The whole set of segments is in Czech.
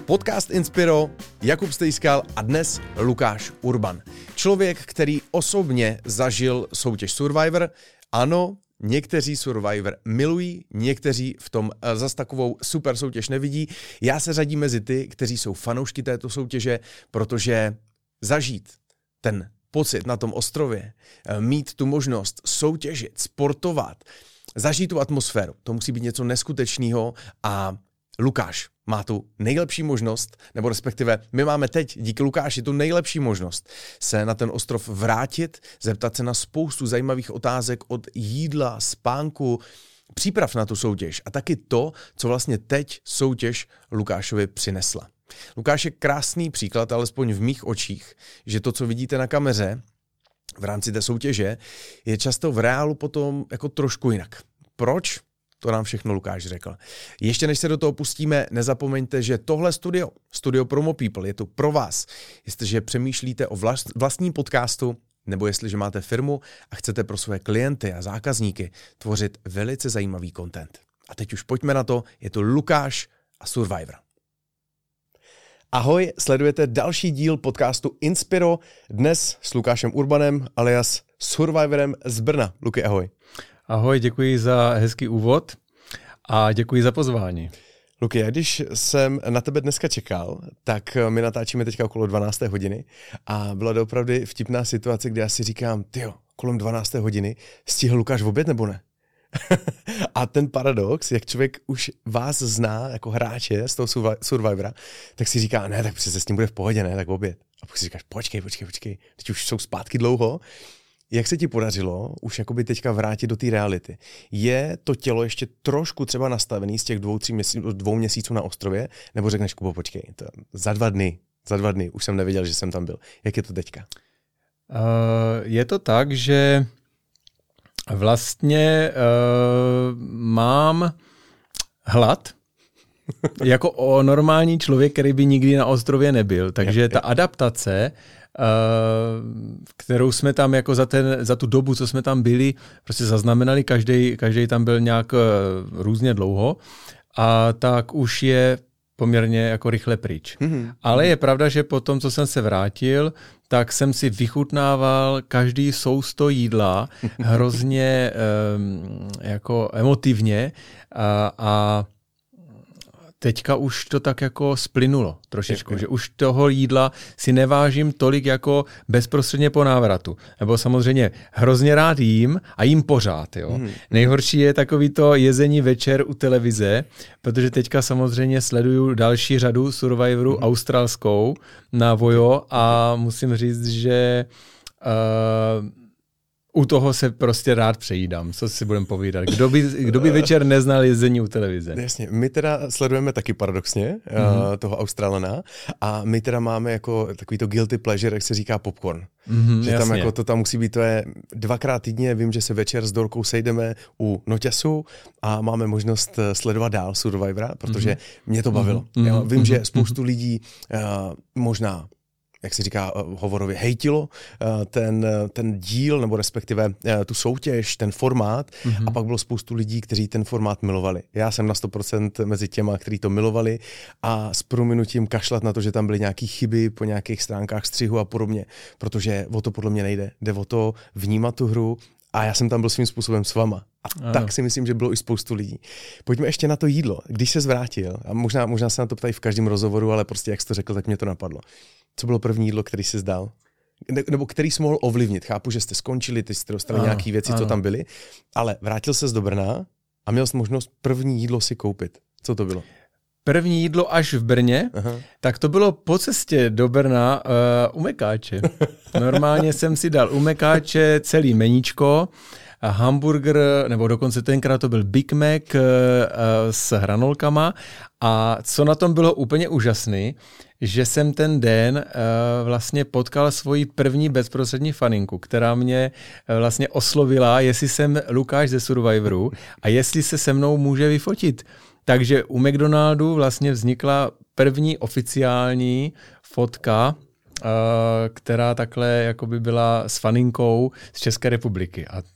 Podcast Inspiro, Jakub Stejskal a dnes Lukáš Urban. Člověk, který osobně zažil soutěž Survivor. Ano, někteří Survivor milují, někteří v tom zas takovou super soutěž nevidí. Já se řadím mezi ty, kteří jsou fanoušky této soutěže, protože zažít ten pocit na tom ostrově, mít tu možnost soutěžit, sportovat, zažít tu atmosféru, to musí být něco neskutečného a Lukáš má tu nejlepší možnost, nebo respektive my máme teď díky Lukáši tu nejlepší možnost se na ten ostrov vrátit, zeptat se na spoustu zajímavých otázek od jídla, spánku, příprav na tu soutěž a taky to, co vlastně teď soutěž Lukášovi přinesla. Lukáš je krásný příklad, alespoň v mých očích, že to, co vidíte na kameře v rámci té soutěže, je často v reálu potom jako trošku jinak. Proč? To nám všechno Lukáš řekl. Ještě než se do toho pustíme, nezapomeňte, že tohle studio Promo People je tu pro vás. Jestliže přemýšlíte o vlastním podcastu, nebo jestliže máte firmu a chcete pro své klienty a zákazníky tvořit velice zajímavý content. A teď už pojďme na to, je tu Lukáš a Survivor. Ahoj, sledujete další díl podcastu Inspiro, dnes s Lukášem Urbanem alias Survivorem z Brna. Luky, ahoj. Ahoj, děkuji za hezký úvod a děkuji za pozvání. Luky, já když jsem na tebe dneska čekal, tak my natáčíme teďka okolo 12. hodiny a byla to opravdu vtipná situace, kdy já si říkám, tyjo, kolem 12. hodiny stihl Lukáš v oběd nebo ne? A ten paradox, jak člověk už vás zná jako hráče z toho Survivora, tak si říká, ne, tak přece s ním bude v pohodě, ne, tak oběd. A pak si říkáš, počkej, teď už jsou zpátky dlouho. Jak se ti podařilo už jakoby teďka vrátit do té reality? Je to tělo ještě trošku třeba nastavený z těch 2 měsíců na ostrově? Nebo řekneš, Kubo, počkej, za 2 dny už jsem nevěděl, že jsem tam byl. Jak je to teďka? Je to tak, že vlastně mám hlad, jako normální člověk, který by nikdy na ostrově nebyl. Takže ta adaptace, kterou jsme tam jako za tu dobu, co jsme tam byli, prostě zaznamenali, každý tam byl nějak různě dlouho a tak už je poměrně jako rychle pryč. Ale je pravda, že po tom, co jsem se vrátil, tak jsem si vychutnával každý sousto jídla hrozně jako emotivně a teďka už to tak jako splynulo trošičku, že už toho jídla si nevážím tolik jako bezprostředně po návratu. Nebo samozřejmě hrozně rád jím a jím pořád. Jo. Nejhorší je takový to jezení večer u televize, protože teďka samozřejmě sleduju další řadu Survivorů australskou na Vojo a musím říct, že u toho se prostě rád přejídám, co si budeme povídat. Kdo by večer neznal jezení u televize? Jasně, my teda sledujeme taky paradoxně toho Australana a my teda máme jako takový to guilty pleasure, jak se říká popcorn. Že tam jako to tam musí být, to je 2krát týdně, vím, že se večer s Dorkou sejdeme u Noťasu a máme možnost sledovat dál Survivora, protože mě to bavilo. Vím, že spoustu lidí možná, jak se říká hovorově, hejtilo ten díl, nebo respektive tu soutěž, ten formát a pak bylo spoustu lidí, kteří ten formát milovali. Já jsem na 100% mezi těma, kteří to milovali a s prominutím kašlat na to, že tam byly nějaké chyby po nějakých stránkách střihu a podobně, protože o to podle mě nejde. Jde o to vnímat tu hru a já jsem tam byl svým způsobem s váma. A tak si myslím, že bylo i spoustu lidí. Pojďme ještě na to jídlo. Když se zvrátil, a možná se na to ptají v každém rozhovoru, ale prostě jak jsi to řekl, tak mě to napadlo. Co bylo první jídlo, který jsi zdal? Nebo který jsi mohl ovlivnit? Chápu, že jste skončili, ty jste dostali nějaké věci, co tam byly, ale vrátil ses do Brna a měl jsi možnost první jídlo si koupit. Co to bylo? První jídlo až v Brně, tak to bylo po cestě do Brna u Mekáče. Normálně jsem si dal u Mekáče celý meníčko, hamburger, nebo dokonce tenkrát to byl Big Mac s hranolkama a co na tom bylo úplně úžasný, že jsem ten den vlastně potkal svoji první bezprostřední faninku, která mě vlastně oslovila, jestli jsem Lukáš ze Survivoru a jestli se se mnou může vyfotit. Takže u McDonaldu vlastně vznikla první oficiální fotka, která takhle jakoby byla s faninkou z České republiky. A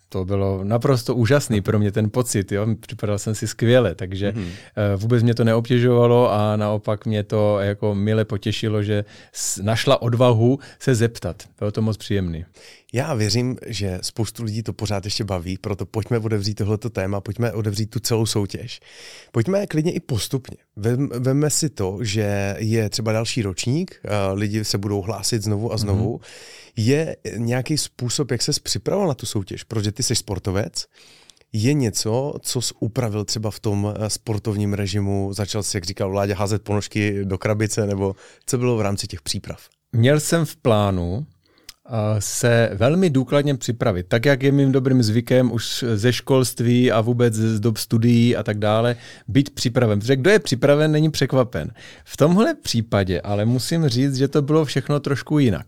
to bylo naprosto úžasný pro mě ten pocit, jo? Připadal jsem si skvěle, takže vůbec mě to neobtěžovalo a naopak mě to jako mile potěšilo, že našla odvahu se zeptat. Bylo to moc příjemný. Já věřím, že spoustu lidí to pořád ještě baví, proto pojďme otevřít tohleto téma, pojďme otevřít tu celou soutěž. Pojďme klidně i postupně. Vemme si to, že je třeba další ročník, lidi se budou hlásit znovu a znovu. Je nějaký způsob, jak ses připravoval na tu soutěž? Protože ty jsi sportovec. Je něco, co jsi upravil třeba v tom sportovním režimu? Začal jsi, jak říkal Vláďa, házet ponožky do krabice, nebo co bylo v rámci těch příprav? Měl jsem v plánu se velmi důkladně připravit, tak jak je mým dobrým zvykem už ze školství a vůbec z dob studií a tak dále, být připraven. Protože kdo je připraven, není překvapen. V tomhle případě ale musím říct, že to bylo všechno trošku jinak.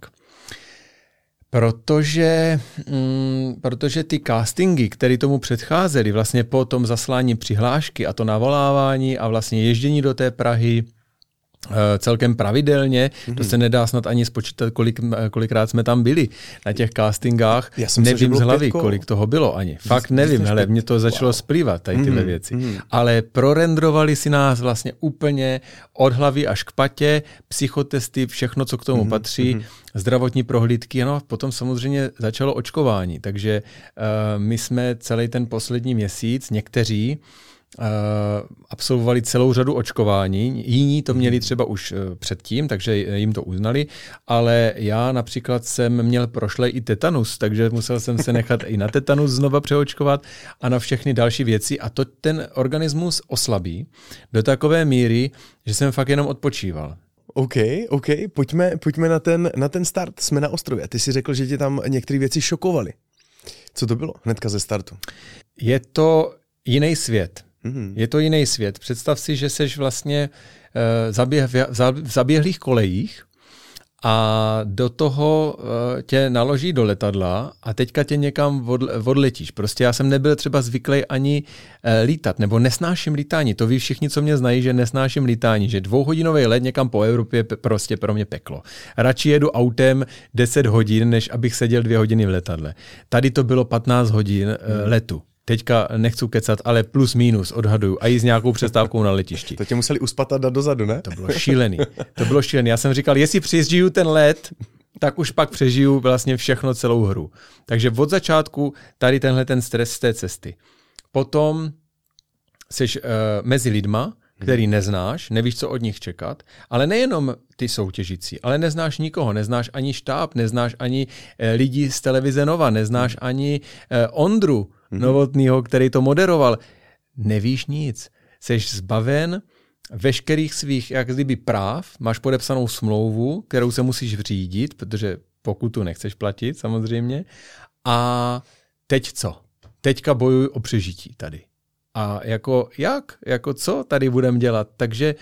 Protože ty castingy, které tomu předcházely, vlastně po tom zaslání přihlášky a to navolávání a vlastně ježdění do té Prahy celkem pravidelně, to se nedá snad ani spočítat, kolikrát jsme tam byli na těch castingách. Nevím z hlavy, kolik toho bylo ani. Fakt nevím, hele, mě to začalo splývat, tady tyhle věci. Ale prorendrovali si nás vlastně úplně od hlavy až k patě, psychotesty, všechno, co k tomu patří, zdravotní prohlídky, no a potom samozřejmě začalo očkování. Takže my jsme celý ten poslední měsíc, někteří absolvovali celou řadu očkování, jiní to měli třeba už předtím, takže jim to uznali, ale já například jsem měl prošlej i tetanus, takže musel jsem se nechat i na tetanus znova přeočkovat a na všechny další věci a to ten organismus oslabí do takové míry, že jsem fakt jenom odpočíval. OK, pojďme na ten start, jsme na ostrově. Ty jsi řekl, že tě tam některé věci šokovaly. Co to bylo hnedka ze startu? Je to jiný svět. Je to jiný svět. Představ si, že seš vlastně v zaběhlých kolejích a do toho tě naloží do letadla a teďka tě někam odletíš. Prostě já jsem nebyl třeba zvyklý ani lítat, nebo nesnáším lítání. To ví všichni, co mě znají, že nesnáším lítání, že 2hodinový let někam po Evropě prostě pro mě peklo. Radši jedu autem 10 hodin, než abych seděl 2 hodiny v letadle. Tady to bylo 15 hodin letu. Teďka nechci kecat, ale plus minus odhaduju a i s nějakou přestávkou na letišti. To tě museli uspat a dát dozadu, ne? To bylo šílený. Já jsem říkal, jestli přežiju ten let, tak už pak přežiju vlastně všechno, celou hru. Takže od začátku tady tenhle ten stres z té cesty. Potom seš mezi lidma, který neznáš, nevíš, co od nich čekat, ale nejenom ty soutěžící, ale neznáš nikoho, neznáš ani štáb, neznáš ani lidi z televize Nova, neznáš ani Ondru Novotnýho, který to moderoval. Nevíš nic. Seš zbaven veškerých svých jak kdyby práv, máš podepsanou smlouvu, kterou se musíš řídit, protože pokutu nechceš platit samozřejmě. A teď co? Teďka bojuj o přežití tady. A jako co tady budeme dělat? Takže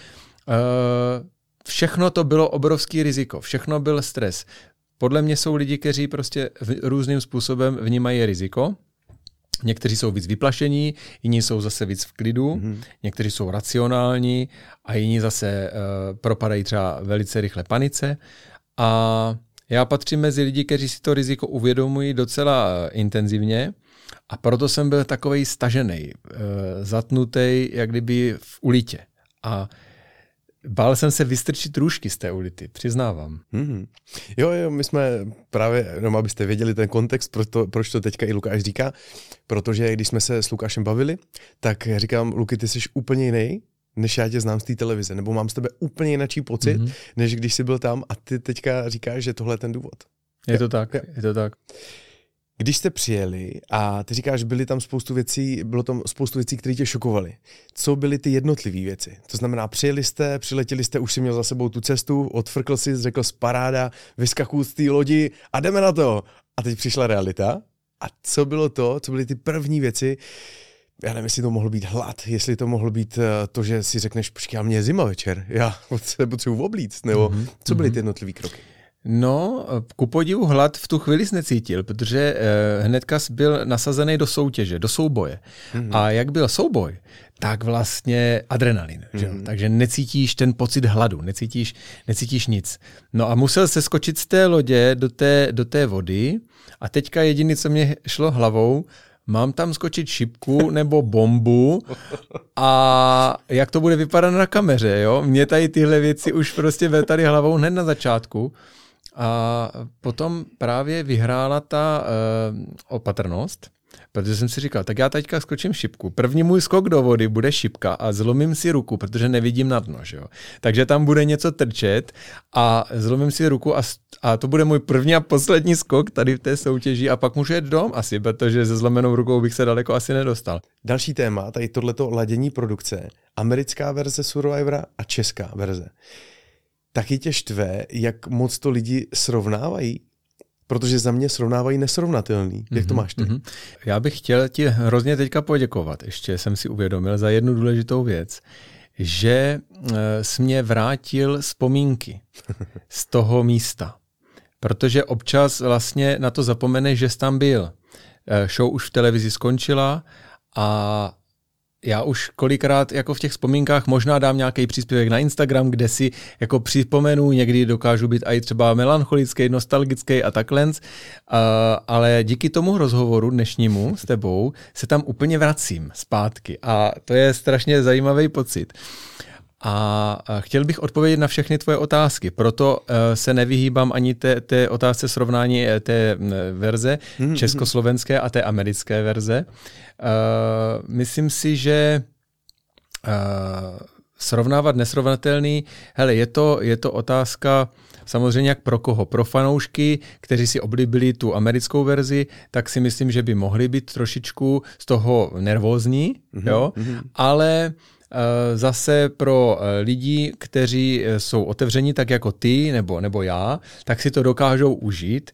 všechno to bylo obrovský riziko, všechno byl stres. Podle mě jsou lidi, kteří prostě různým způsobem vnímají riziko. Někteří jsou víc vyplašení, jiní jsou zase víc v klidu, někteří jsou racionální a jiní zase propadají třeba velice rychle panice. A já patřím mezi lidi, kteří si to riziko uvědomují docela intenzivně a proto jsem byl takovej stažený, zatnutý jak kdyby v ulitě. A bál jsem se vystrčit růžky z té ulity, přiznávám. Jo, my jsme právě, no abyste věděli ten kontext, proč to teďka i Lukáš říká, protože když jsme se s Lukášem bavili, tak říkám, Luky, ty jsi úplně jiný, než já tě znám z té televize, nebo mám z tebe úplně jináčí pocit, než když jsi byl tam a ty teďka říkáš, že tohle je ten důvod. Je to tak. Když jste přijeli a ty říkáš, bylo tam spoustu věcí, které tě šokovaly. Co byly ty jednotlivé věci? To znamená, přiletěli jste, už si měl za sebou tu cestu, odfrkl si, řekl jsi paráda, vyskakuju z té lodi a jdeme na to. A teď přišla realita. A co bylo to, co byly ty první věci? Já nevím, jestli to mohlo být hlad, jestli to mohlo být to, že si řekneš, počkej, a mě je zima večer, já se potřebuji oblíct, nebo co byly ty jednotlivé kroky? No, ku podivu hlad v tu chvíli jsi necítil, protože hnedka jsi byl nasazený do soutěže, do souboje. A jak byl souboj, tak vlastně adrenalin. Že? Takže necítíš ten pocit hladu, necítíš nic. No a musel se skočit z té lodě do té vody a teďka jediné, co mě šlo hlavou, mám tam skočit šipku nebo bombu a jak to bude vypadat na kameře, jo? Mě tady tyhle věci už prostě vrtaly hlavou hned na začátku a potom právě vyhrála ta opatrnost, protože jsem si říkal, tak já teďka skočím šipku. První můj skok do vody bude šipka a zlomím si ruku, protože nevidím na dno. Že jo? Takže tam bude něco trčet a zlomím si ruku a to bude můj první a poslední skok tady v té soutěži a pak můžu jet dom asi, protože se zlomenou rukou bych se daleko asi nedostal. Další téma, tady tohleto ladění produkce, americká verze Survivora a česká verze. Taky tě štve, jak moc to lidi srovnávají? Protože za mě srovnávají nesrovnatelný. Jak to máš ty? Já bych chtěl ti hrozně teďka poděkovat. Ještě jsem si uvědomil za jednu důležitou věc, že jsi mě vrátil vzpomínky z toho místa. Protože občas vlastně na to zapomeneš, že jsi tam byl. Show už v televizi skončila a já už kolikrát jako v těch vzpomínkách možná dám nějaký příspěvek na Instagram, kde si jako připomenu, někdy dokážu být i třeba melancholický, nostalgický a takhle, ale díky tomu rozhovoru dnešnímu s tebou se tam úplně vracím zpátky a to je strašně zajímavý pocit. A chtěl bych odpovědět na všechny tvoje otázky, proto se nevyhýbám ani té otázce srovnání té verze československé a té americké verze. Myslím si, že srovnávat nesrovnatelný, hele, je to otázka samozřejmě jak pro koho. Pro fanoušky, kteří si oblíbili tu americkou verzi, tak si myslím, že by mohli být trošičku z toho nervózní, jo? Ale zase pro lidi, kteří jsou otevření tak jako ty nebo já, tak si to dokážou užít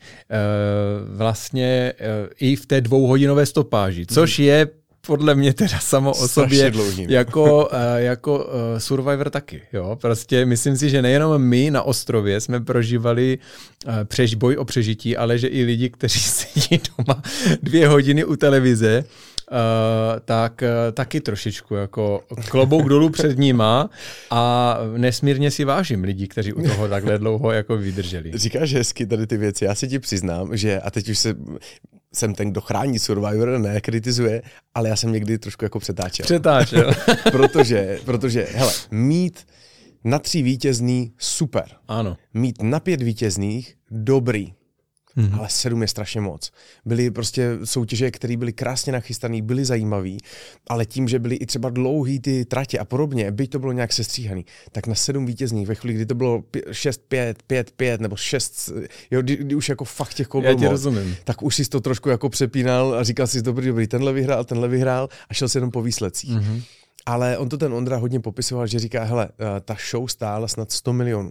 vlastně i v té 2hodinové stopáži, což je podle mě teda samo o sobě jako Survivor taky. Jo? Prostě myslím si, že nejenom my na ostrově jsme prožívali boj o přežití, ale že i lidi, kteří sedí doma 2 hodiny u televize, tak taky trošičku jako klobouk dolů před nima a nesmírně si vážím lidí, kteří u toho takhle dlouho jako vydrželi. Říkáš hezky tady ty věci, já si ti přiznám, že a teď už jsem ten, kdo chrání Survivor, ne, kritizuje, ale já jsem někdy trošku jako přetáčel. protože, hele, mít na 3 vítězný super. Ano. Mít na 5 vítězných dobrý. Ale 7 je strašně moc. Byly prostě soutěže, které byly krásně nachystané, byly zajímavé, ale tím, že byly i třeba dlouhý ty tratě a podobně, byť to bylo nějak sestříhaný, tak na 7 vítězných, ve chvíli, kdy to bylo 6-5, 5-5 nebo 6, jo, kdy už jako fakt těch kol bylo moc, tak už jsi to trošku jako přepínal a říkal si, dobrý, tenhle vyhrál a šel si jenom po výsledcích. Ale on to ten Ondra hodně popisoval, že říká, hele, ta show stála snad 100 milionů.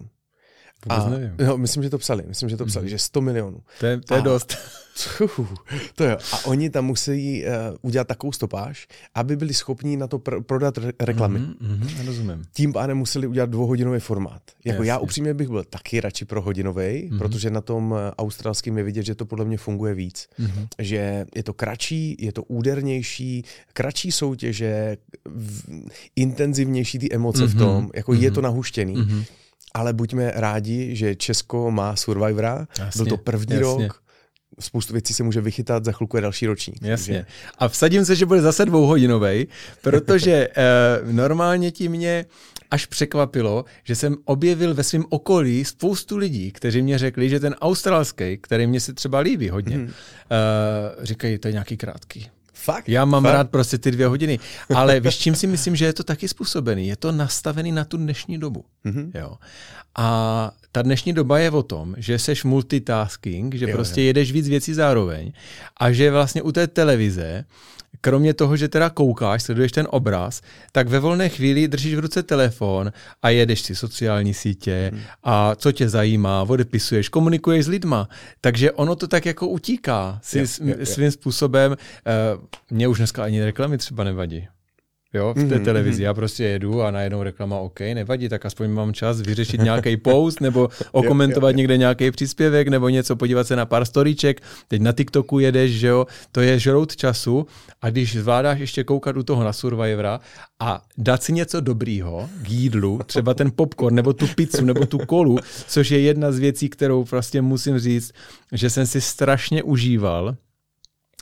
No, myslím, že to psali, že 100 milionů. To je dost. To jo. A oni tam musí udělat takovou stopáž, aby byli schopni na to prodat reklamy. Rozumím. Tím pádem museli udělat 2hodinový formát. Jako já upřímně bych byl taky radši pro hodinovej, protože na tom australském je vidět, že to podle mě funguje víc. Že je to kratší, je to údernější, kratší soutěže, intenzivnější ty emoce v tom, jako je to nahuštěný. Ale buďme rádi, že Česko má Survivora, byl to první rok, spoustu věcí se může vychytat, za chvilku je další ročník. Jasně. Takže... A vsadím se, že bude zase 2hodinovej, protože normálně ti mě až překvapilo, že jsem objevil ve svém okolí spoustu lidí, kteří mě řekli, že ten australský, který mě se třeba líbí hodně, říkají, to je nějaký krátký. Fakt? Já mám rád prostě ty 2 hodiny, ale víš, čím si myslím, že je to taky způsobený? Je to nastavený na tu dnešní dobu. Jo. A ta dnešní doba je o tom, že seš multitasking, že prostě jedeš víc věcí zároveň a že vlastně u té televize, kromě toho, že teda koukáš, sleduješ ten obraz, tak ve volné chvíli držíš v ruce telefon a jedeš si sociální sítě a co tě zajímá, odepisuješ, komunikuješ s lidma. Takže ono to tak jako utíká svým způsobem. Mně už dneska ani reklamy třeba nevadí. Jo, v té televizi. Já prostě jedu a najednou reklama OK, nevadí, tak aspoň mám čas vyřešit nějaký post nebo okomentovat někde nějaký příspěvek nebo něco, podívat se na pár storíček. Teď na TikToku jedeš, že jo, to je žrout času a když zvládáš ještě koukat u toho na Survivora a dát si něco dobrýho k jídlu, třeba ten popcorn nebo tu pizzu nebo tu kolu, což je jedna z věcí, kterou prostě musím říct, že jsem si strašně užíval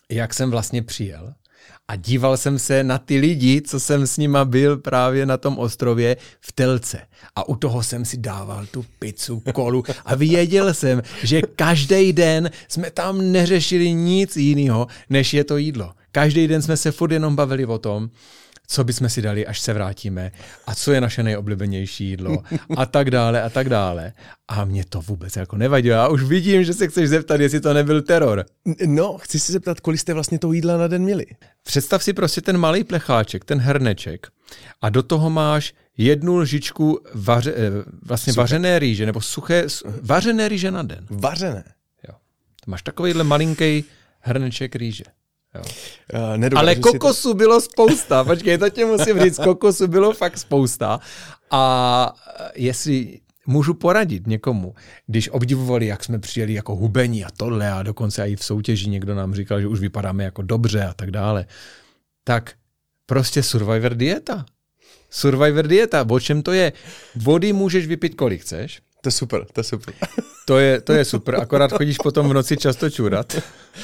jak jsem vlastně přijel a díval jsem se na ty lidi, co jsem s nima byl právě na tom ostrově v telce. A u toho jsem si dával tu pizzu, kolu a věděl jsem, že každý den jsme tam neřešili nic jiného, než je to jídlo. Každý den jsme se furt jenom bavili o tom, co bychom si dali, až se vrátíme a co je naše nejoblíbenější jídlo a tak dále a tak dále. A mě to vůbec jako nevadilo. Já už vidím, že se chceš zeptat, jestli to nebyl teror. No, chci se zeptat, kolik jste vlastně toho jídla na den měli? Představ si prostě ten malý plecháček, ten hrneček a do toho máš 1 lžičku vařené rýže, nebo vařené rýže na den. Vařené? Jo. Máš takovýhle malinký hrneček rýže. Jo. Ale kokosu bylo spousta. Počkej, to tě musím říct, kokosu bylo fakt spousta. A jestli můžu poradit někomu, když obdivovali, jak jsme přijeli jako hubení a tohle a dokonce i v soutěži někdo nám říkal, že už vypadáme jako dobře a tak dále, tak prostě Survivor dieta. Survivor dieta, o čem to je? Vody můžeš vypít kolik chceš. To je super, to je super. To je super, akorát chodíš potom v noci často čurat.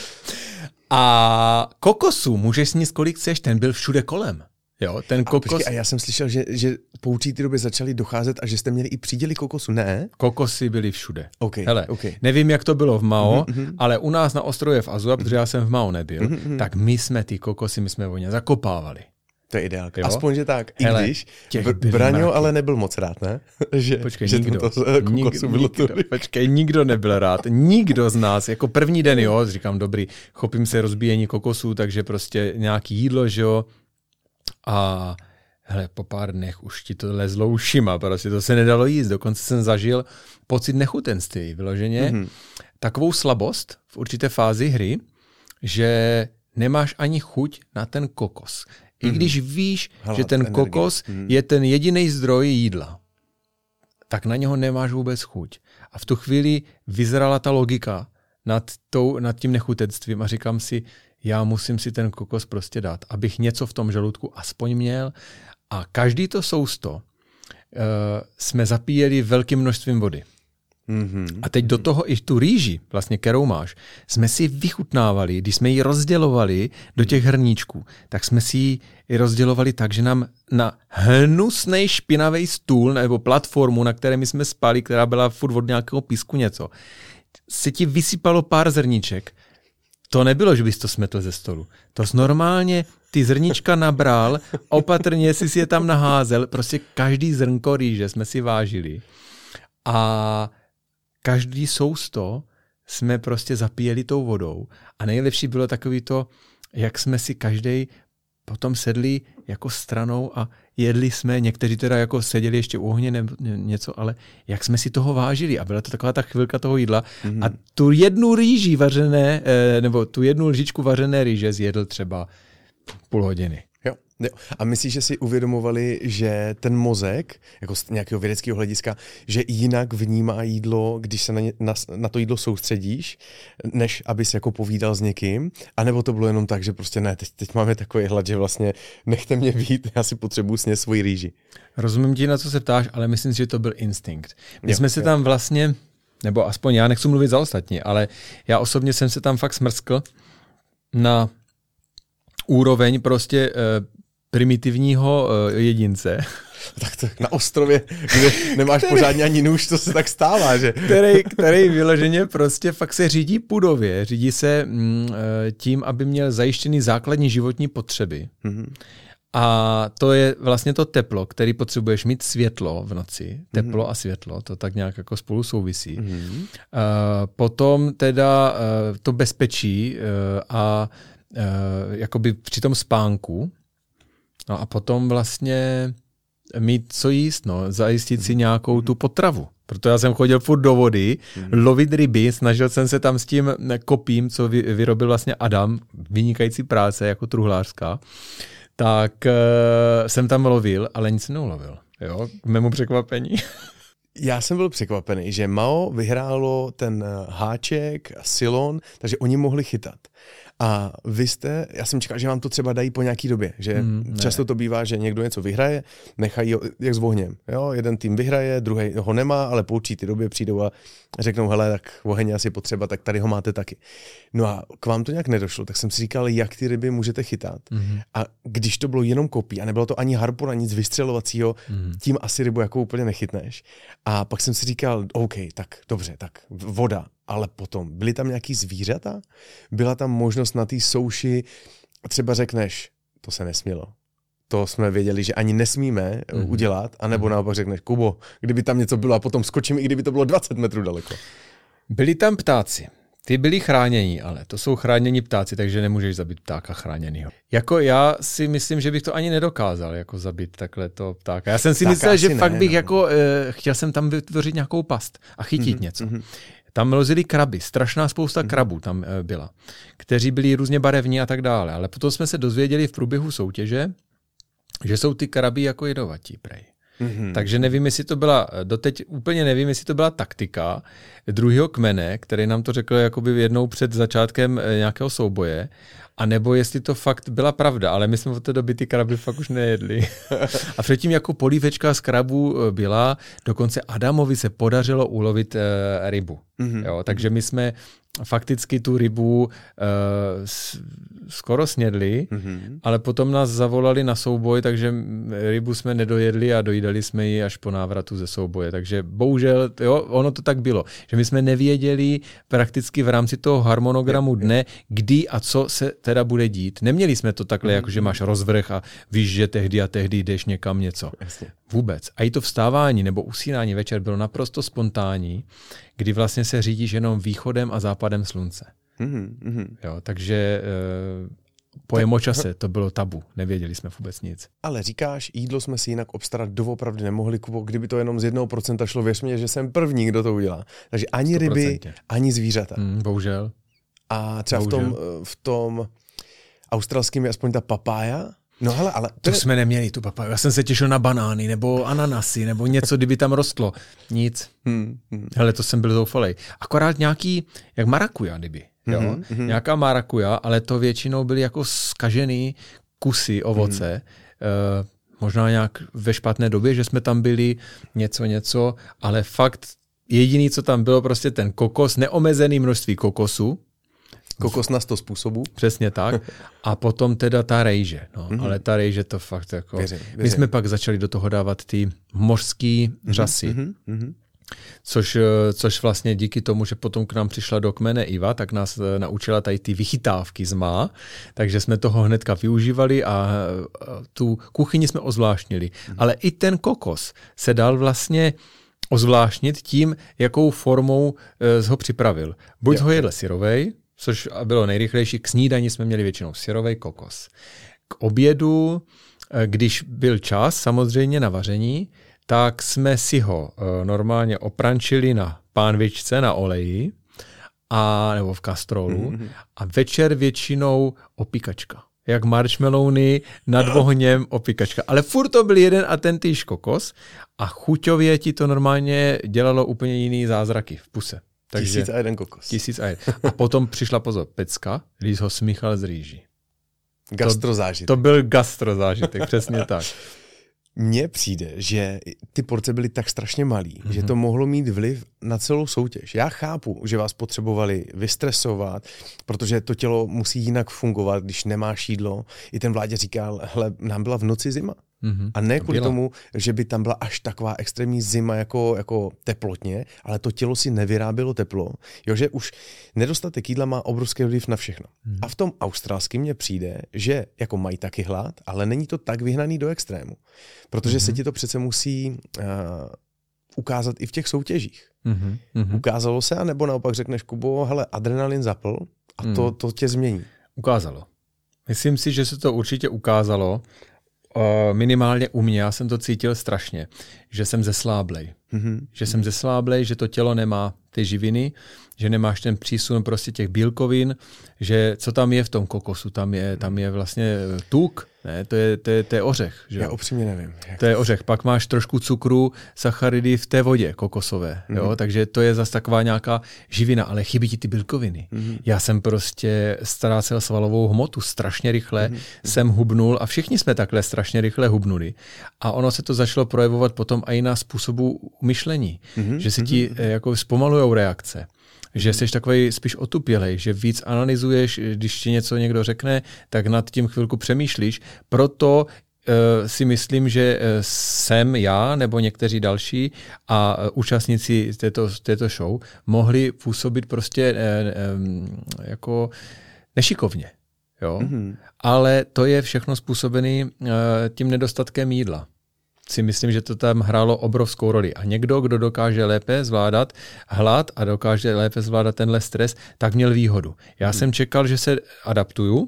A kokosu můžeš sníst kolik chceš, ten byl všude kolem. Jo, ten kokos... A já jsem slyšel, že po určitý době začali docházet a že jste měli i příděly kokosu, ne? Kokosy byly všude. Okay, hele, nevím, jak to bylo v Mao, ale u nás na ostrově v Azua, protože já jsem v Mao nebyl, tak my jsme ty kokosy, o ně zakopávali. To je ideálka. Aspoň, že tak. I hele, když Braňo ale nebyl moc rád, ne? Počkej, že nikdo. Počkej, nikdo nebyl rád. Nikdo z nás. Jako první den, jo, říkám, dobrý, chopím se rozbíjení kokosů, takže prostě nějaký jídlo, že jo. A hele, po pár dnech už ti to lezlo ušima, prostě to se nedalo jíst. Dokonce jsem zažil pocit nechutenství, vyloženě. Takovou slabost v určité fázi hry, že nemáš ani chuť na ten kokos. I když víš, že ten kokos je ten jediný zdroj jídla, tak na něho nemáš vůbec chuť. A v tu chvíli vyzrala ta logika nad tím nechutenstvím a říkám si, já musím si ten kokos prostě dát, abych něco v tom žaludku aspoň měl. A každý to sousto jsme zapíjeli velkým množstvím vody. A teď do toho i tu rýži, vlastně, kterou máš, jsme si vychutnávali, když jsme ji rozdělovali do těch hrníčků, tak jsme si ji rozdělovali tak, že nám na hnusnej špinavý stůl nebo platformu, na které my jsme spali, která byla furt od nějakého písku něco, se ti vysypalo pár zrníček. To nebylo, že bys to smetl ze stolu. To normálně ty zrnička nabral, opatrně si je tam naházel, prostě každý zrnko rýže jsme si vážili. A každý sousto jsme prostě zapíjeli tou vodou. A nejlepší bylo takový to, jak jsme si každý potom sedli jako stranou a jedli jsme, někteří teda jako seděli ještě u ohně nebo něco, ale jak jsme si toho vážili. A byla to taková ta chvilka toho jídla. A tu jednu rýži vařené, nebo tu jednu lžičku vařené rýže zjedl třeba půl hodiny. Jo. A myslíš, že si uvědomovali, že ten mozek, jako z nějakého vědeckého hlediska, že jinak vnímá jídlo, když se na to jídlo soustředíš, než abys jako povídal s někým? A nebo to bylo jenom tak, že prostě ne, teď máme takový hlad, že vlastně nechte mě být, já si potřebuji sněst svoji rýži. Rozumím ti, na co se ptáš, ale myslím si, že to byl instinkt. My jsme se tam vlastně, nebo aspoň já nechci mluvit za ostatní, ale já osobně jsem se tam fakt smrskl na úroveň prostě primitivního jedince. Tak to na ostrově, kde nemáš pořádně ani nůž, to se tak stává, že? Který vyloženě prostě fakt se řídí pudově. Řídí se tím, aby měl zajištěný základní životní potřeby. A to je vlastně to teplo, který potřebuješ mít světlo v noci. Teplo a světlo, to tak nějak jako spolu souvisí. Potom teda to bezpečí a jakoby při tom spánku. No a potom vlastně mít co jíst, no, zajistit si nějakou tu potravu. Proto já jsem chodil furt do vody, lovit ryby, snažil jsem se tam s tím kopím, co vyrobil vlastně Adam, vynikající práce jako truhlářská, tak jsem tam lovil, ale nic neulovil. Jo, k mému překvapení. Já jsem byl překvapený, že Mao vyhrálo ten háček, silon, takže oni mohli chytat. A vy jste, já jsem čekal, že vám to třeba dají po nějaký době, že často to bývá, že někdo něco vyhraje, nechají ho, jak s ohněm. Jo? Jeden tým vyhraje, druhý ho nemá, ale po určitý době přijdou a řeknou, hele, tak oheň je asi potřeba, tak tady ho máte taky. No a k vám to nějak nedošlo, tak jsem si říkal, jak ty ryby můžete chytat. A když to bylo jenom kopí a nebylo to ani harpuna, nic vystřelovacího, tím asi rybu jako úplně nechytneš. A pak jsem si říkal, OK, tak dobře, tak voda. Ale potom, byly tam nějaký zvířata? Byla tam možnost na té souši, třeba řekneš, to se nesmělo. To jsme věděli, že ani nesmíme udělat, anebo naopak řekneš, Kubo, kdyby tam něco bylo a potom skočím, i kdyby to bylo 20 metrů daleko. Byli tam ptáci. Ty byli chránění, ale to jsou chránění ptáci, takže nemůžeš zabít ptáka chráněnýho. Jako já si myslím, že bych to ani nedokázal, jako zabít takhle to ptáka. Já jsem si myslel, že fakt bych jako, chtěl jsem tam vytvořit nějakou past a chytit něco. Tam lozili kraby, strašná spousta krabů tam byla, kteří byli různě barevní a tak dále. Ale potom jsme se dozvěděli v průběhu soutěže, že jsou ty kraby jako jedovatí, prej. Takže nevím, jestli to byla, doteď úplně nevím, jestli to byla taktika druhého kmene, který nám to řekl jakoby jednou před začátkem nějakého souboje, a nebo jestli to fakt byla pravda, ale my jsme od té doby ty kraby fakt už nejedli. A předtím jako polívečka z krabů byla, dokonce Adamovi se podařilo ulovit rybu. Jo, takže my jsme fakticky tu rybu skoro snědli, ale potom nás zavolali na souboj, takže rybu jsme nedojedli a dojídali jsme ji až po návratu ze souboje. Takže bohužel, jo, ono to tak bylo, že my jsme nevěděli prakticky v rámci toho harmonogramu dne, kdy a co se teda bude dít. Neměli jsme to takhle, jako že máš rozvrh a víš, že tehdy a tehdy jdeš někam něco. Vůbec. A i to vstávání nebo usínání večer bylo naprosto spontánní, kdy vlastně se řídíš jenom východem a západem slunce. Jo, takže po jemočase to bylo tabu. Nevěděli jsme vůbec nic. Ale říkáš, jídlo jsme si jinak obstarat doopravdy nemohli, Kubo, kdyby to jenom z 1% šlo, věř mě, že jsem první, kdo to udělá. Takže ani 100%. Ryby, ani zvířata. Bohužel. A třeba v tom australském je aspoň ta papája. No hele, ale to jsme neměli, tu papaju. Já jsem se těšil na banány, nebo ananasy, nebo něco, kdyby tam rostlo. Nic. Hele, to jsem byl zoufalej. Akorát nějaký, jak marakuja, kdyby. Jo? Nějaká marakuja, ale to většinou byly jako zkažený kusy ovoce. Možná nějak ve špatné době, že jsme tam byli něco, ale fakt jediný, co tam bylo, prostě ten kokos, neomezený množství kokosu. Kokos na 100 způsobů. Přesně tak. A potom teda ta rejže. No. Ale ta rejže to fakt jako... Věřím. My jsme pak začali do toho dávat ty mořský řasy. Což vlastně díky tomu, že potom k nám přišla do kmene Iva, tak nás naučila tady ty vychytávky z má, takže jsme toho hnedka využívali a tu kuchyni jsme ozvláštnili. Ale i ten kokos se dal vlastně ozvláštnit tím, jakou formou ho připravil. Buď ho jedl syrovej, což bylo nejrychlejší. K snídani jsme měli většinou syrovej kokos. K obědu, když byl čas samozřejmě na vaření, tak jsme si ho normálně oprančili na pánvičce, na oleji, nebo v kastrolu. A večer většinou opíkačka. Jak marshmallowny nad ohněm opíkačka. Ale furt to byl jeden a ten týž kokos a chuťově ti to normálně dělalo úplně jiný zázraky v puse. Takže 1001 kokos. 1001. A potom přišla pecka, když ho smíchal z rýží. Gastrozážitek. To byl gastrozážitek, přesně tak. Mně přijde, že ty porce byly tak strašně malý, že to mohlo mít vliv na celou soutěž. Já chápu, že vás potřebovali vystresovat, protože to tělo musí jinak fungovat, když nemáš jídlo. I ten Vláďa říkal, hele, nám byla v noci zima. A ne kvůli tomu, že by tam byla až taková extrémní zima jako teplotně, ale to tělo si nevyrábělo teplo. Jo, že už nedostatek jídla má obrovský vliv na všechno. A v tom australském mně přijde, že jako mají taky hlad, ale není to tak vyhnaný do extrému. Protože se ti to přece musí ukázat i v těch soutěžích. Ukázalo se, anebo naopak řekneš, Kubo, hele, adrenalin zapl a to tě změní. Ukázalo. Myslím si, že se to určitě ukázalo. Minimálně u mě, já jsem to cítil strašně, že jsem zesláblej. Že jsem zesláblej, že to tělo nemá ty živiny, že nemáš ten přísun prostě těch bílkovin, že co tam je v tom kokosu, tam je vlastně tuk, ne, to je ořech. Že? Já upřímně nevím. To je ořech. Pak máš trošku cukru, sacharidy v té vodě kokosové, jo? Takže to je zase taková nějaká živina, ale chybí ti ty bílkoviny. Já jsem prostě ztrácel svalovou hmotu strašně rychle, jsem hubnul a všichni jsme takhle strašně rychle hubnuli. A ono se to začalo projevovat potom i na způsobu myšlení, že se ti jako zpomalujou reakce. Že jsi takový spíš otupělej, že víc analyzuješ, když ti něco někdo řekne, tak nad tím chvilku přemýšlíš. Proto si myslím, že jsem já nebo někteří další a účastníci této show mohli působit prostě jako nešikovně. Jo? Ale to je všechno způsobené tím nedostatkem jídla. Si myslím, že to tam hrálo obrovskou roli. A někdo, kdo dokáže lépe zvládat hlad a dokáže lépe zvládat tenhle stres, tak měl výhodu. Já jsem čekal, že se adaptuju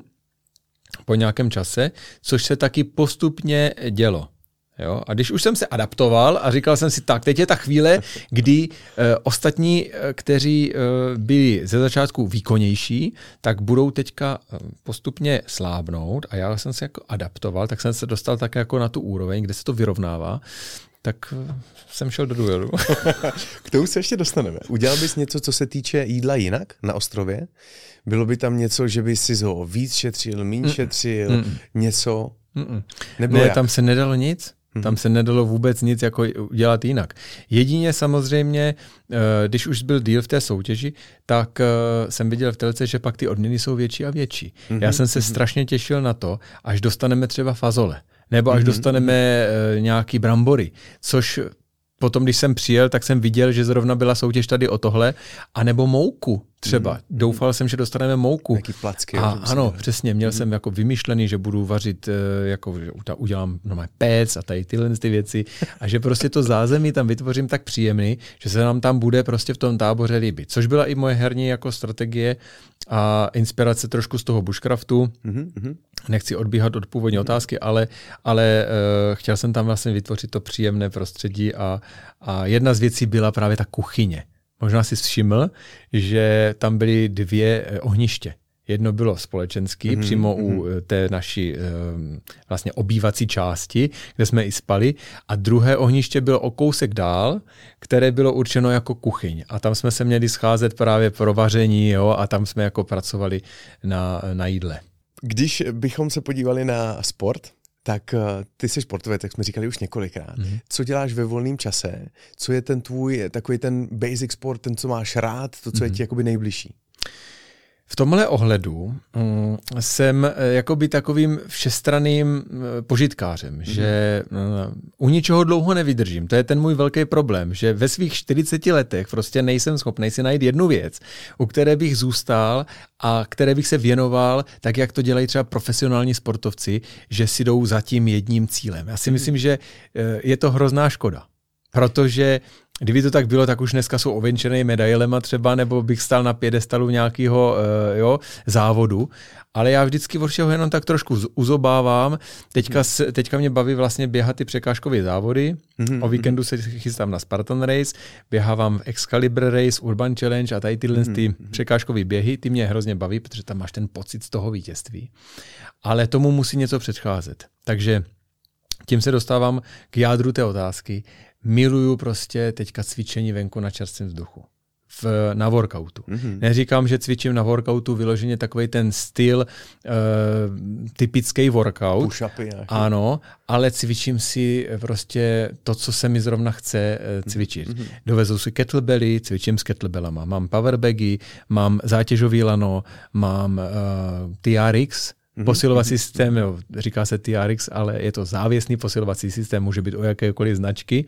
po nějakém čase, což se taky postupně dělo. Jo? A když už jsem se adaptoval a říkal jsem si, tak teď je ta chvíle, kdy ostatní, kteří byli ze začátku výkonnější, tak budou teďka postupně slábnout a já jsem se jako adaptoval, tak jsem se dostal tak jako na tu úroveň, kde se to vyrovnává, tak jsem šel do duelu. K tomu se ještě dostaneme. Udělal bys něco, co se týče jídla jinak na ostrově? Bylo by tam něco, že by si ho víc šetřil, míň šetřil, něco? Ne, tam se nedalo nic. Tam se nedalo vůbec nic jako udělat jinak. Jedině samozřejmě, když už byl díl v té soutěži, tak jsem viděl v telce, že pak ty odměny jsou větší a větší. Já jsem se strašně těšil na to, až dostaneme třeba fazole, nebo až dostaneme nějaký brambory, což potom, když jsem přijel, tak jsem viděl, že zrovna byla soutěž tady o tohle, anebo mouku třeba. Doufal jsem, že dostaneme mouku. Jaký placky. Ano, přesně. Měl jsem jako vymyšlený, že budu vařit, jako udělám péc a tady tyhle ty věci a že prostě to zázemí tam vytvořím tak příjemný, že se nám tam bude prostě v tom táboře líbit. Což byla i moje herní jako strategie a inspirace trošku z toho bushcraftu. Nechci odbíhat od původní otázky, ale chtěl jsem tam vlastně vytvořit to příjemné prostředí a jedna z věcí byla právě ta kuchyně. Možná si všiml, že tam byly 2 ohniště. Jedno bylo společenský, přímo u té naší vlastně obývací části, kde jsme i spali, a druhé ohniště bylo o kousek dál, které bylo určeno jako kuchyň. A tam jsme se měli scházet právě pro vaření, jo, a tam jsme jako pracovali na jídle. Když bychom se podívali na sport, tak ty jsi sportovec, jak jsme říkali už několikrát. Co děláš ve volném čase? Co je ten tvůj takový ten basic sport, ten, co máš rád, to, co je ti jakoby nejbližší? V tomhle ohledu jsem jakoby takovým všestranným požitkářem, že u ničeho dlouho nevydržím. To je ten můj velký problém, že ve svých 40 letech prostě nejsem schopný si najít jednu věc, u které bych zůstal a které bych se věnoval, tak jak to dělají třeba profesionální sportovci, že si jdou za tím jedním cílem. Já si myslím, že je to hrozná škoda, protože kdyby to tak bylo, tak už dneska jsou ověnčený medailema třeba, nebo bych stál na piedestalu nějakého závodu, ale já vždycky od všeho jenom tak trošku uzobávám. Teďka mě baví vlastně běhat ty překážkové závody. O víkendu se chystám na Spartan Race, běhávám v Excalibur Race, Urban Challenge a tady tyhle ty překážkové běhy, ty mě hrozně baví, protože tam máš ten pocit z toho vítězství. Ale tomu musí něco předcházet. Takže tím se dostávám k jádru té otázky. Miluju prostě teďka cvičení venku na čerstvém vzduchu. Na workoutu. Neříkám, že cvičím na workoutu vyloženě takovej ten styl typický workout. Push-upy nějaký. Ano, ale cvičím si prostě to, co se mi zrovna chce cvičit. Dovezu si kettlebelly, cvičím s kettlebellama. Mám powerbagy, mám zátěžový lano, mám TRX, posilovací systém, jo, říká se TRX, ale je to závěsný posilovací systém, může být o jakékoliv značky.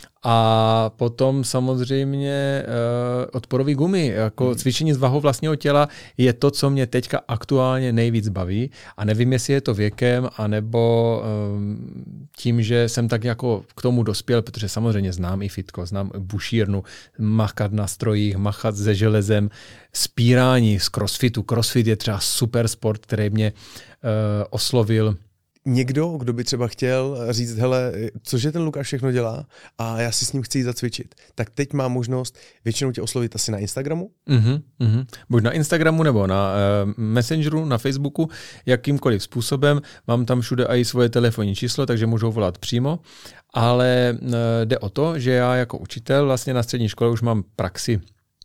A potom samozřejmě odporový gumy, jako cvičení s vahou vlastního těla je to, co mě teďka aktuálně nejvíc baví a nevím, jestli je to věkem, anebo tím, že jsem tak jako k tomu dospěl, protože samozřejmě znám i fitko, znám bušírnu, machat na strojích, machat se železem, spírání z crossfitu. Crossfit je třeba super sport, který mě oslovil. někdo, kdo by třeba chtěl říct, hele, cože ten Lukáš všechno dělá a já si s ním chci jít zacvičit, tak teď má možnost většinou tě oslovit asi na Instagramu? Buď na Instagramu nebo na Messengeru, na Facebooku, jakýmkoliv způsobem. Mám tam všude i svoje telefonní číslo, takže můžou volat přímo. Ale jde o to, že já jako učitel vlastně na střední škole už mám praxi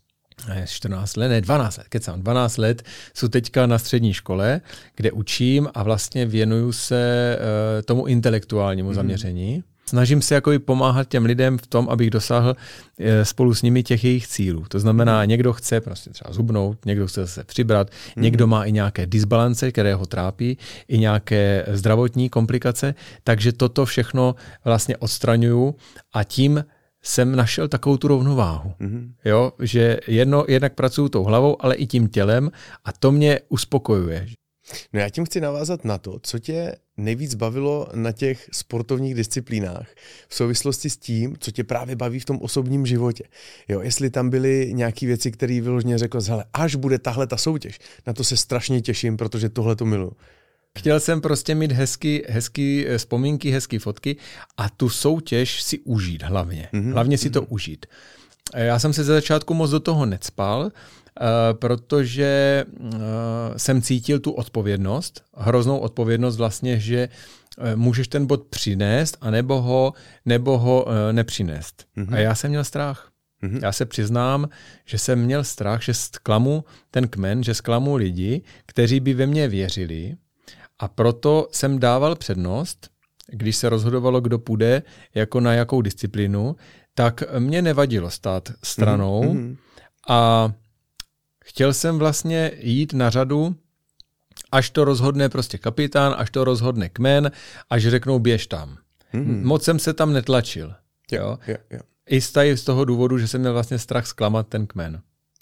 14 let, ne 12 let, kecám, 12 let jsou teďka na střední škole, kde učím a vlastně věnuju se tomu intelektuálnímu zaměření. Snažím se jako pomáhat těm lidem v tom, abych dosáhl spolu s nimi těch jejich cílů. To znamená, někdo chce prostě třeba zhubnout, někdo chce se přibrat, někdo má i nějaké disbalance, které ho trápí, i nějaké zdravotní komplikace, takže toto všechno vlastně odstraňuju a tím jsem našel takovou tu rovnováhu. Jo, že jednak pracuju tou hlavou, ale i tím tělem a to mě uspokojuje. No já tím chci navázat na to, co tě nejvíc bavilo na těch sportovních disciplínách v souvislosti s tím, co tě právě baví v tom osobním životě. Jo, jestli tam byly nějaké věci, které vyloženě řekl, hele, až bude tahle ta soutěž, na to se strašně těším, protože tohle to miluju. Chtěl jsem prostě mít hezký vzpomínky, hezký fotky a tu soutěž si užít hlavně. Hlavně si to užít. Já jsem se ze začátku moc do toho necpal, protože jsem cítil tu odpovědnost, hroznou odpovědnost vlastně, že můžeš ten bod přinést a nebo ho nepřinést. A já jsem měl strach. Já se přiznám, že jsem měl strach, že zklamu ten kmen, že zklamu lidi, kteří by ve mně věřili, a proto jsem dával přednost, když se rozhodovalo, kdo půjde, jako na jakou disciplínu, tak mě nevadilo stát stranou a chtěl jsem vlastně jít na řadu, až to rozhodne prostě kapitán, až to rozhodne kmen, až řeknou běž tam. Moc jsem se tam netlačil. Jo? I z toho důvodu, že jsem měl vlastně strach zklamat ten kmen.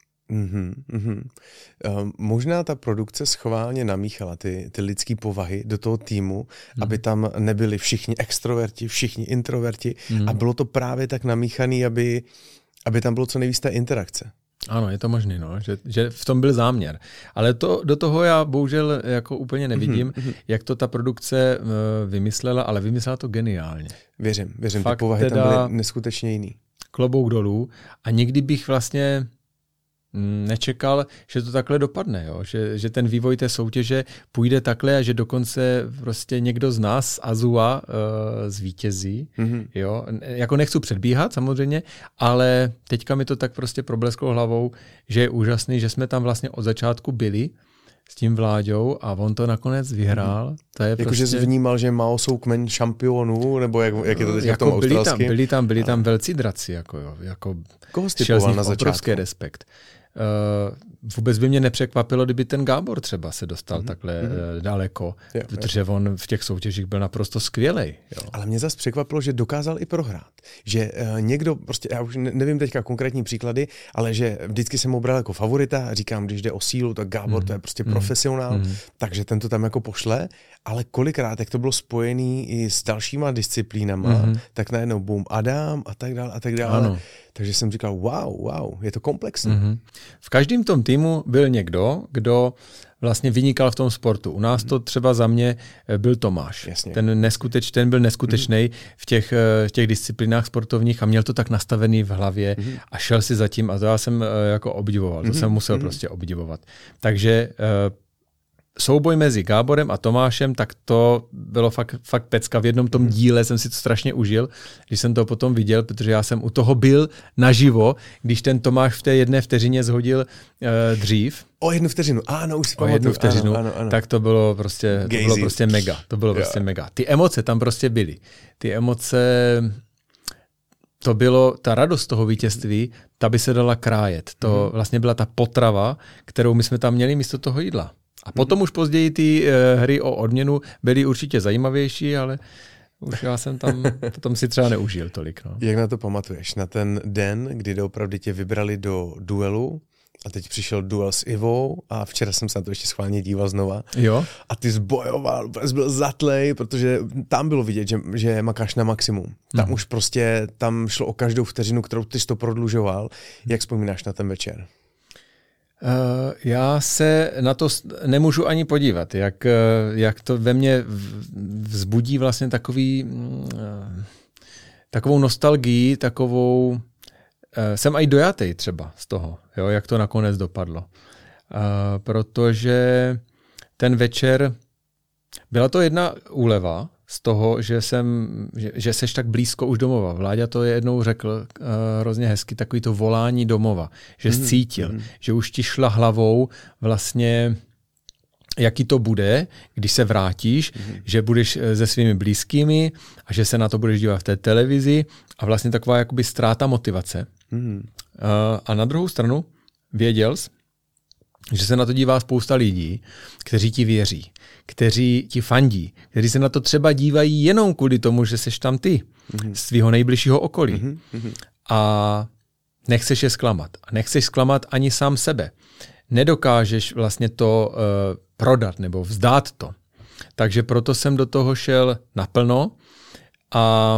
Možná ta produkce schválně namíchala ty lidský povahy do toho týmu, aby tam nebyli všichni extroverti, všichni introverti a bylo to právě tak namíchaný, aby tam bylo co nejvíc té interakce. Ano, je to možné, no, že v tom byl záměr. Ale do toho já bohužel jako úplně nevidím, jak to ta produkce vymyslela, ale vymyslela to geniálně. Věřím, ty povahy tam byly neskutečně jiný. Klobouk dolů a nikdy bych vlastně nečekal, že to takhle dopadne, jo? Že ten vývoj té soutěže půjde takhle a že dokonce prostě někdo z nás, z Azua, zvítězí. Jo? Jako nechci předbíhat samozřejmě, ale teďka mi to tak prostě problesklo hlavou, že je úžasný, že jsme tam vlastně od začátku byli s tím Vláďou a on to nakonec vyhrál. To je jako, prostě... že jsi vnímal, že Mao jsou kmen šampionů, nebo jak je to teď jako v tom australském? Byli tam velcí draci. Jako koho jsi typoval na začátku? Obrovský respekt. Vůbec by mě nepřekvapilo, kdyby ten Gábor třeba se dostal takhle daleko, protože on v těch soutěžích byl naprosto skvělej. Jo. Ale mě zase překvapilo, že dokázal i prohrát. Že někdo, prostě já už nevím teďka konkrétní příklady, ale že vždycky jsem ho bral jako favorita a říkám, když jde o sílu, tak Gábor to je prostě profesionál, takže ten to tam jako pošle, ale kolikrát, jak to bylo spojený i s dalšíma disciplínama, tak najednou boom, Adam a tak dále a tak dále. Ano. Takže jsem říkal, wow, je to komplexní. V každém tom týmu byl někdo, kdo vlastně vynikal v tom sportu. U nás to třeba za mě byl Tomáš. Jasně. Ten byl neskutečný v těch disciplinách sportovních a měl to tak nastavený v hlavě a šel si za tím a to já jsem jako obdivoval. To jsem musel prostě obdivovat. Takže souboj mezi Gáborem a Tomášem, tak to bylo fakt pecka. V jednom tom díle jsem si to strašně užil, když jsem to potom viděl, protože já jsem u toho byl naživo, když ten Tomáš v té jedné vteřině zhodil dřív. O 1 vteřinu, ano, už si pamatuju. O 1 vteřinu, ano. Tak to bylo prostě mega. To bylo prostě mega. Ty emoce tam prostě byly. Ty emoce, to bylo, ta radost toho vítězství, ta by se dala krájet. To vlastně byla ta potrava, kterou my jsme tam měli místo toho jídla. A potom už později ty hry o odměnu byly určitě zajímavější, ale už já jsem tam potom si třeba neužil tolik. No. Jak na to pamatuješ? Na ten den, kdy doopravdy tě vybrali do duelu a teď přišel duel s Ivou a včera jsem se na to ještě schválně díval znova. Jo? A ty zbojoval, jsi byl zatlej, protože tam bylo vidět, že makáš na maximum. Tam už prostě, tam šlo o každou vteřinu, kterou ty jsi to prodlužoval. Jak vzpomínáš na ten večer? Já se na to nemůžu ani podívat, jak to ve mně vzbudí vlastně takovou nostalgii, jsem i dojatý třeba z toho, jo, jak to nakonec dopadlo. Protože ten večer, byla to jedna úleva z toho, že seš tak blízko už domova. Vláďa to jednou řekl hrozně hezky, takový to volání domova, že jsi cítil, že už ti šla hlavou vlastně, jaký to bude, když se vrátíš, že budeš se svými blízkými a že se na to budeš dívat v té televizi a vlastně taková jakoby ztráta motivace. A na druhou stranu věděl jsi, že se na to dívá spousta lidí, kteří ti věří, kteří ti fandí, kteří se na to třeba dívají jenom kvůli tomu, že seš tam ty, z svého nejbližšího okolí. A nechceš je zklamat. A nechceš zklamat ani sám sebe. Nedokážeš vlastně to prodat nebo vzdát to. Takže proto jsem do toho šel naplno a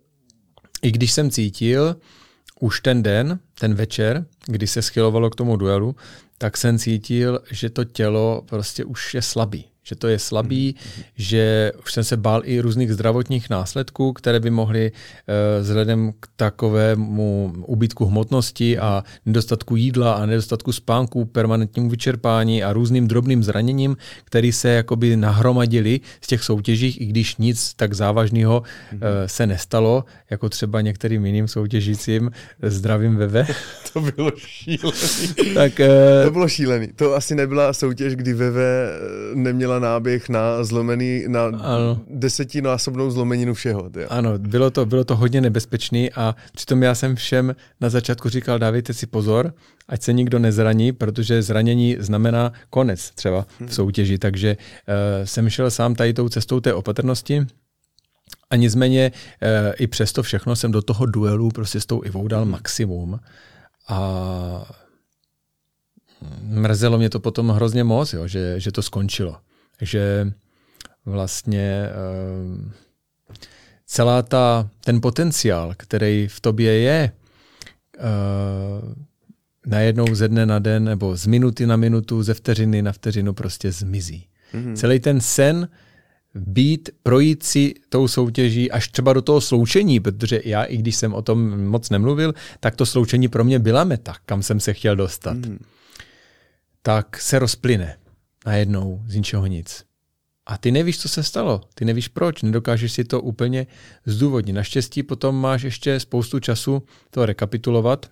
i když jsem cítil už ten večer, kdy se schylovalo k tomu duelu, tak jsem cítil, že to tělo prostě už je slabý. Že to je slabý, že už jsem se bál i různých zdravotních následků, které by mohly vzhledem k takovému úbytku hmotnosti a nedostatku jídla a nedostatku spánku, permanentnímu vyčerpání a různým drobným zraněním, které se jakoby nahromadily z těch soutěžích, i když nic tak závažného se nestalo, jako třeba některým jiným soutěžícím. Zdravím, Veve. To bylo šílený. To bylo šílený. To asi nebyla soutěž, kdy Veve neměla náběh na 10násobnou zlomeninu všeho. Tyjo. Ano, bylo to hodně nebezpečný a přitom já jsem všem na začátku říkal, dávejte si pozor, ať se nikdo nezraní, protože zranění znamená konec třeba v soutěži, takže jsem šel sám tady tou cestou té opatrnosti a nicméně i přesto všechno jsem do toho duelu prostě s tou Ivou dal maximum a mrzelo mě to potom hrozně moc, jo, že to skončilo. Že vlastně ten potenciál, který v tobě je, najednou ze dne na den nebo z minuty na minutu, ze vteřiny na vteřinu prostě zmizí. Celý ten sen projít si tou soutěží až třeba do toho sloučení, protože já, i když jsem o tom moc nemluvil, tak to sloučení pro mě byla meta, kam jsem se chtěl dostat. Tak se rozplyne najednou z ničeho nic. A ty nevíš, co se stalo. Ty nevíš proč. Nedokážeš si to úplně zdůvodnit. Naštěstí potom máš ještě spoustu času to rekapitulovat.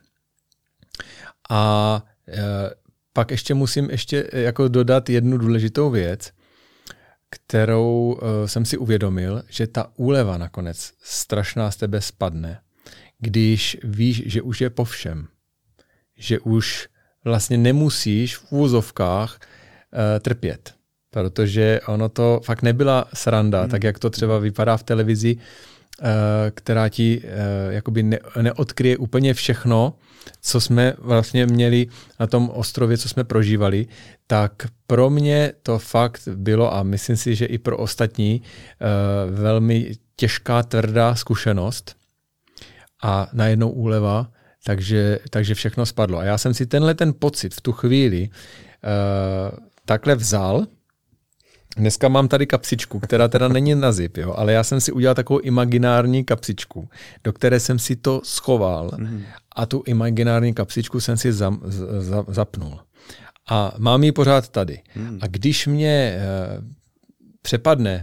A pak ještě musím jako dodat jednu důležitou věc, kterou jsem si uvědomil, že ta úleva nakonec strašná z tebe spadne, když víš, že už je po všem. Že už vlastně nemusíš v úvozovkách trpět. Protože ono to fakt nebyla sranda, tak jak to třeba vypadá v televizi, která ti jakoby neodkryje úplně všechno, co jsme vlastně měli na tom ostrově, co jsme prožívali, tak pro mě to fakt bylo a myslím si, že i pro ostatní velmi těžká, tvrdá zkušenost a najednou úleva, takže všechno spadlo. A já jsem si ten pocit v tu chvíli takhle vzal. Dneska mám tady kapsičku, která teda není na zip, jo, ale já jsem si udělal takovou imaginární kapsičku, do které jsem si to schoval a tu imaginární kapsičku jsem si zapnul. A mám ji pořád tady. A když mě přepadne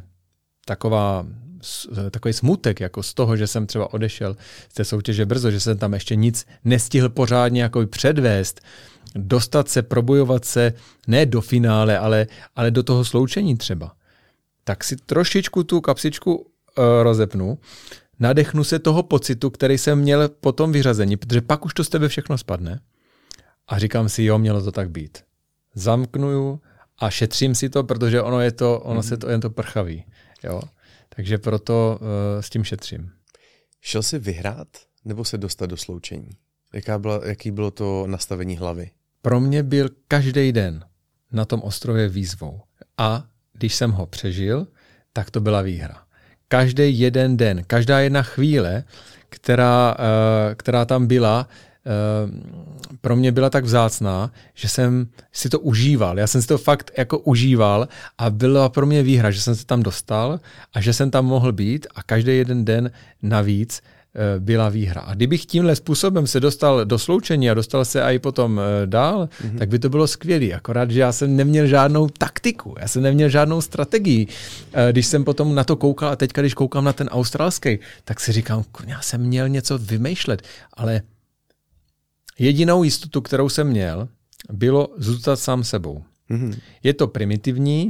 takový smutek, jako z toho, že jsem třeba odešel z té soutěže brzo, že jsem tam ještě nic nestihl pořádně jako předvést, dostat se, probojovat se, ne do finále, ale do toho sloučení třeba. Tak si trošičku tu kapsičku rozepnu, nadechnu se toho pocitu, který jsem měl po tom vyřazení, protože pak už to z tebe všechno spadne a říkám si, jo, mělo to tak být. Zamknuju a šetřím si to, protože ono se to jen to prchaví. Jo? Takže proto s tím šetřím. Šel jsi vyhrát nebo se dostat do sloučení? Jaký bylo to nastavení hlavy? Pro mě byl každý den na tom ostrově výzvou. A když jsem ho přežil, tak to byla výhra. Každý jeden den, každá jedna chvíle, která tam byla, pro mě byla tak vzácná, že jsem si to užíval. Já jsem si to fakt jako užíval a byla pro mě výhra, že jsem se tam dostal a že jsem tam mohl být a každý jeden den navíc byla výhra. A kdybych tímhle způsobem se dostal do sloučení a dostal se i potom dál, tak by to bylo skvělé. Akorát, že já jsem neměl žádnou taktiku, já jsem neměl žádnou strategii. Když jsem potom na to koukal a teďka, když koukám na ten australský, tak si říkám, já jsem měl něco vymýšlet, ale jedinou jistotu, kterou jsem měl, bylo zůstat sám sebou. Je to primitivní,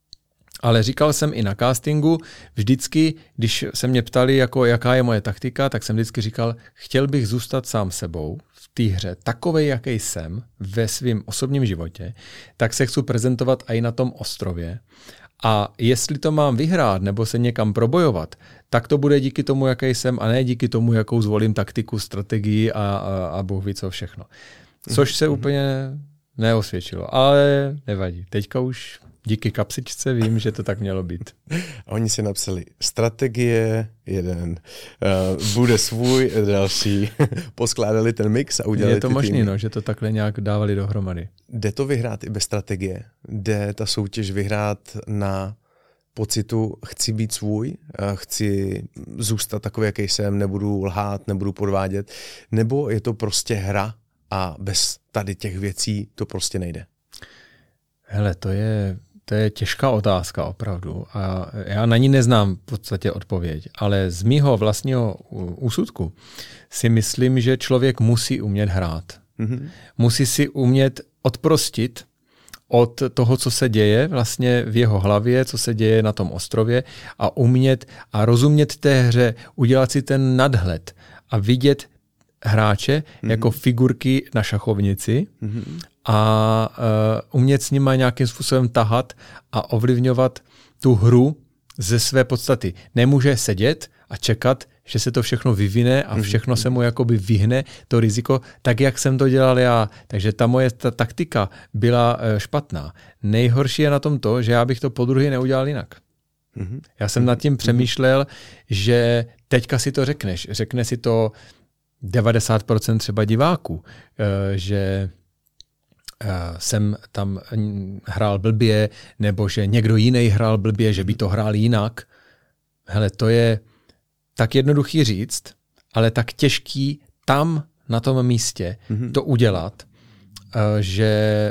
ale říkal jsem i na castingu, vždycky, když se mě ptali, jako, jaká je moje taktika, tak jsem vždycky říkal, chtěl bych zůstat sám sebou v té hře, takovej, jaký jsem ve svém osobním životě, tak se chci prezentovat i na tom ostrově. A jestli to mám vyhrát nebo se někam probojovat, tak to bude díky tomu, jaký jsem, a ne díky tomu, jakou zvolím taktiku, strategii a Bůh ví co všechno. Což se úplně neosvědčilo, ale nevadí. Teďka už díky kapsičce vím, že to tak mělo být. Oni si napsali strategie, jeden, bude svůj, další, poskládali ten mix a udělali je to možný, no, že to takhle nějak dávali dohromady. Jde to vyhrát i bez strategie? Jde ta soutěž vyhrát na pocitu, chci být svůj, chci zůstat takový, jaký jsem, nebudu lhát, nebudu podvádět, nebo je to prostě hra a bez tady těch věcí to prostě nejde? Hele, to je těžká otázka opravdu a já na ní neznám v podstatě odpověď, ale z mýho vlastního úsudku si myslím, že člověk musí umět hrát. Musí si umět odprostit od toho, co se děje vlastně v jeho hlavě, co se děje na tom ostrově a umět a rozumět té hře, udělat si ten nadhled a vidět hráče jako figurky na šachovnici a umět s nima nějakým způsobem tahat a ovlivňovat tu hru ze své podstaty. Nemůže sedět a čekat, že se to všechno vyvine a všechno se mu jakoby vyhne, to riziko, tak jak jsem to dělal já. Takže ta moje taktika byla špatná. Nejhorší je na tom to, že já bych to podruhé neudělal jinak. Já jsem nad tím přemýšlel, že teďka si to řekneš. Řekne si to 90% třeba diváků, že jsem tam hrál blbě, nebo že někdo jiný hrál blbě, že by to hrál jinak. Hele, to je tak jednoduchý říct, ale tak těžký tam na tom místě to udělat, že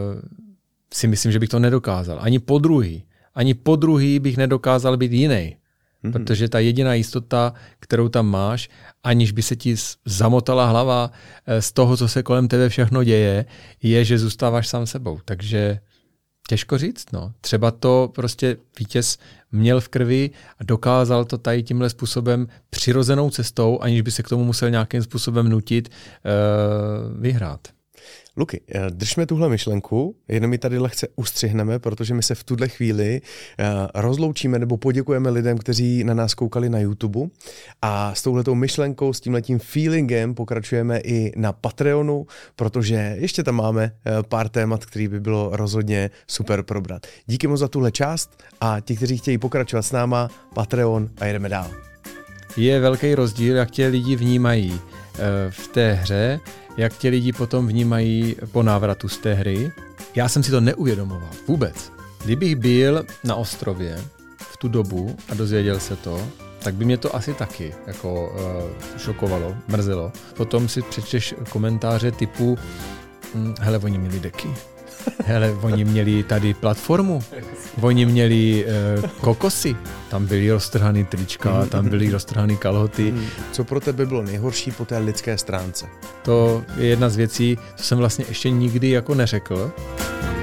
si myslím, že bych to nedokázal. Ani po druhý bych nedokázal být jiný. Protože ta jediná jistota, kterou tam máš, aniž by se ti zamotala hlava z toho, co se kolem tebe všechno děje, je, že zůstáváš sám sebou. Takže těžko říct. No. Třeba to prostě vítěz měl v krvi a dokázal to tady tímhle způsobem přirozenou cestou, aniž by se k tomu musel nějakým způsobem nutit vyhrát. Luky, držme tuhle myšlenku, jenom mi tady lehce ustřihneme, protože my se v tuhle chvíli rozloučíme nebo poděkujeme lidem, kteří na nás koukali na YouTube a s touhletou myšlenkou, s tímhletím feelingem pokračujeme i na Patreonu, protože ještě tam máme pár témat, který by bylo rozhodně super probrat. Díky moc za tuhle část a ti, kteří chtějí pokračovat s náma, Patreon a jedeme dál. Je velký rozdíl, jak tě lidi vnímají v té hře, jak tě lidi potom vnímají po návratu z té hry. Já jsem si to neuvědomoval vůbec. Kdybych byl na ostrově v tu dobu a dozvěděl se to, tak by mě to asi taky jako šokovalo, mrzelo. Potom si přečteš komentáře typu hele, oni měli deky. Hele, oni měli tady platformu, oni měli kokosy, tam byly roztrhaný trička, tam byly roztrhaný kalhoty. Co pro tebe bylo nejhorší po té lidské stránce? To je jedna z věcí, co jsem vlastně ještě nikdy jako neřekl.